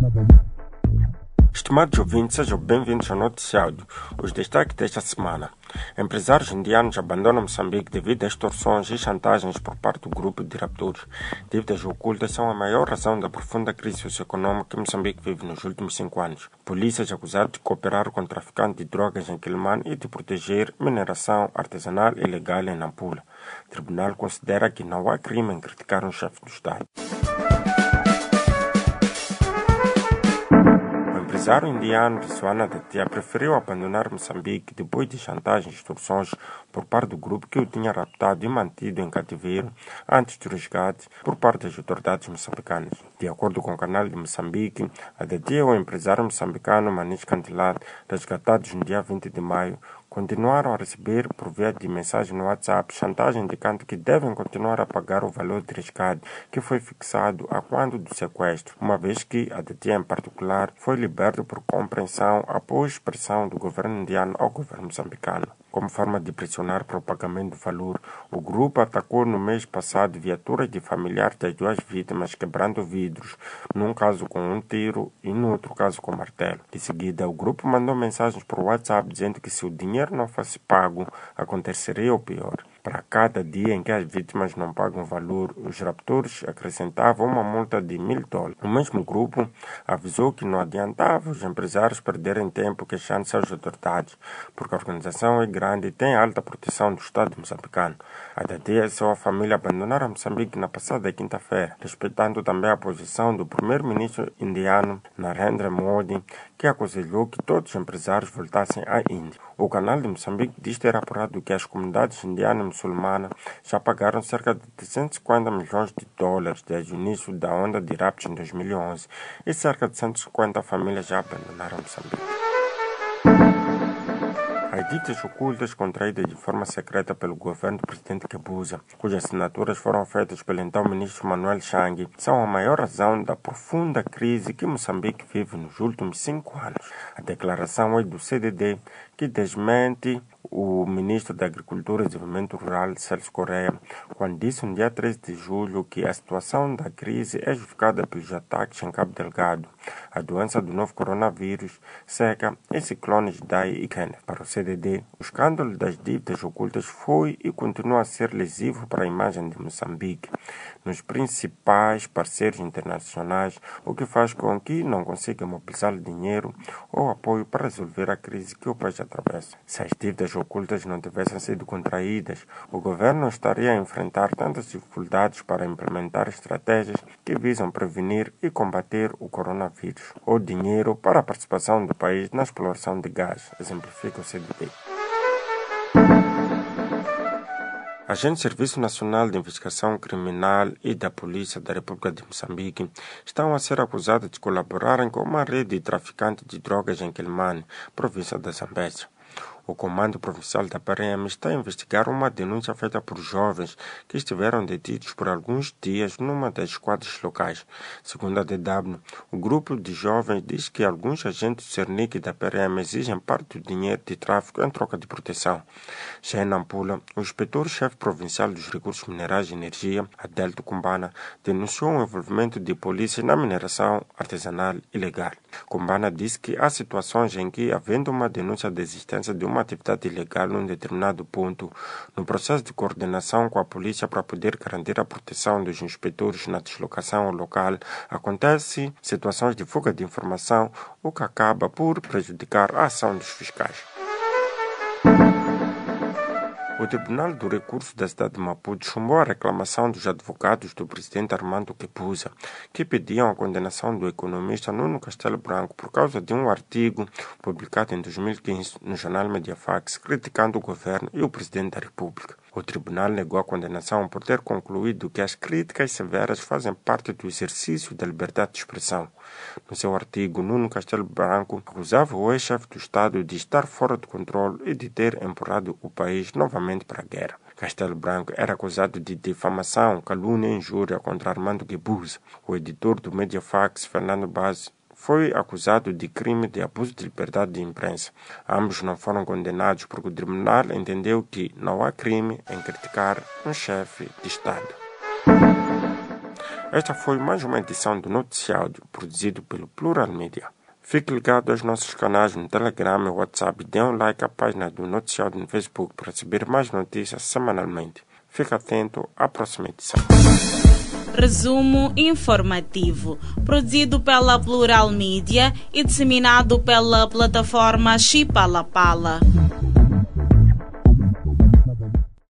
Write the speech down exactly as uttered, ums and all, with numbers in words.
Estimados ouvintes, sejam bem-vindos ao noticiário. Os destaques desta semana. Empresários indianos abandonam Moçambique devido a extorsões e chantagens por parte do grupo de raptores. Dívidas ocultas são a maior razão da profunda crise socioeconômica que Moçambique vive nos últimos cinco anos. Polícias acusados de cooperar com o traficante de drogas em Quelimane e de proteger mineração artesanal ilegal em Nampula. O tribunal considera que não há crime em criticar um chefe do Estado. O empresário indiano Viswana Aditya preferiu abandonar Moçambique depois de chantagens e extorsões por parte do grupo que o tinha raptado e mantido em cativeiro antes do resgate por parte das autoridades moçambicanas. De acordo com o canal de Moçambique, Aditya e o empresário moçambicano Manish Cantilar, resgatados no dia vinte de maio, continuaram a receber, por via de mensagem no WhatsApp, chantagem indicando que devem continuar a pagar o valor de resgate que foi fixado a quando do sequestro, uma vez que Aditya, em particular, foi liberto por compreensão após pressão do governo indiano ao governo moçambicano. Como forma de pressionar para o pagamento do valor, o grupo atacou no mês passado viaturas de familiares das duas vítimas, quebrando vidros, num caso com um tiro e no outro caso com martelo. De seguida, o grupo mandou mensagens por WhatsApp dizendo que se o dinheiro não fosse pago, aconteceria o pior. Para cada dia em que as vítimas não pagam o valor, os raptores acrescentavam uma multa de mil dólares. O mesmo grupo avisou que não adiantava os empresários perderem tempo queixando-se às autoridades, porque a organização é grande e tem alta proteção do Estado moçambicano. Aditya e sua família abandonaram Moçambique na passada quinta-feira, respeitando também a posição do primeiro-ministro indiano Narendra Modi, que aconselhou que todos os empresários voltassem à Índia. O canal de Moçambique diz ter apurado que as comunidades indianas e muçulmanas já pagaram cerca de trezentos e cinquenta milhões de dólares desde o início da onda de raptos em dois mil e onze e cerca de cento e cinquenta famílias já abandonaram Moçambique. As dívidas ocultas contraídas de forma secreta pelo governo do presidente Kebuza, cujas assinaturas foram feitas pelo então ministro Manuel Changue, são a maior razão da profunda crise que Moçambique vive nos últimos cinco anos. A declaração é do C D D, que desmente o ministro da Agricultura e Desenvolvimento Rural, Celso Correia, quando disse no dia treze de julho que a situação da crise é justificada pelos ataques em Cabo Delgado, a doença do novo coronavírus, seca e ciclones Dai e Kenneth. Para o C D D, o escândalo das dívidas ocultas foi e continua a ser lesivo para a imagem de Moçambique nos principais parceiros internacionais, o que faz com que não consiga mobilizar dinheiro ou apoio para resolver a crise que o país atravessa. Se as dívidas ocultas não tivessem sido contraídas, o governo estaria a enfrentar tantas dificuldades para implementar estratégias que visam prevenir e combater o coronavírus, ou dinheiro para a participação do país na exploração de gás, exemplifica o C D D. Agentes do Serviço Nacional de Investigação Criminal e da Polícia da República de Moçambique estão a ser acusados de colaborarem com uma rede de traficantes de drogas em Quelimane, província da Zambésia. O Comando Provincial da P R M está a investigar uma denúncia feita por jovens que estiveram detidos por alguns dias numa das esquadras locais. Segundo a D W, o grupo de jovens diz que alguns agentes do Cernic da P R M exigem parte do dinheiro de tráfico em troca de proteção. Já em Nampula, o inspetor-chefe provincial dos recursos minerais e energia, Adelto Kumbana, denunciou o envolvimento de polícia na mineração artesanal ilegal. Kumbana disse que há situações em que, havendo uma denúncia da existência de uma atividade ilegal num determinado ponto, no processo de coordenação com a polícia para poder garantir a proteção dos inspetores na deslocação ao local, acontecem situações de fuga de informação, o que acaba por prejudicar a ação dos fiscais. O Tribunal do Recurso da cidade de Maputo chumbou a reclamação dos advogados do presidente Armando Kebuza, que pediam a condenação do economista Nuno Castelo Branco por causa de um artigo publicado em dois mil e quinze no jornal Mediafax, criticando o governo e o presidente da República. O tribunal negou a condenação por ter concluído que as críticas severas fazem parte do exercício da liberdade de expressão. No seu artigo, Nuno Castelo Branco acusava o ex-chefe do Estado de estar fora de controle e de ter empurrado o país novamente para a guerra. Castelo Branco era acusado de difamação, calúnia e injúria contra Armando Kebuza. O editor do Mediafax, Fernando Baz, foi acusado de crime de abuso de liberdade de imprensa. Ambos não foram condenados porque o tribunal entendeu que não há crime em criticar um chefe de Estado. Esta foi mais uma edição do Noticiário, produzido pelo Plural Media. Fique ligado aos nossos canais no Telegram e WhatsApp e dê um like à página do Noticiário no Facebook para receber mais notícias semanalmente. Fique atento à próxima edição. Resumo informativo, produzido pela Plural Media e disseminado pela plataforma Chipalapala.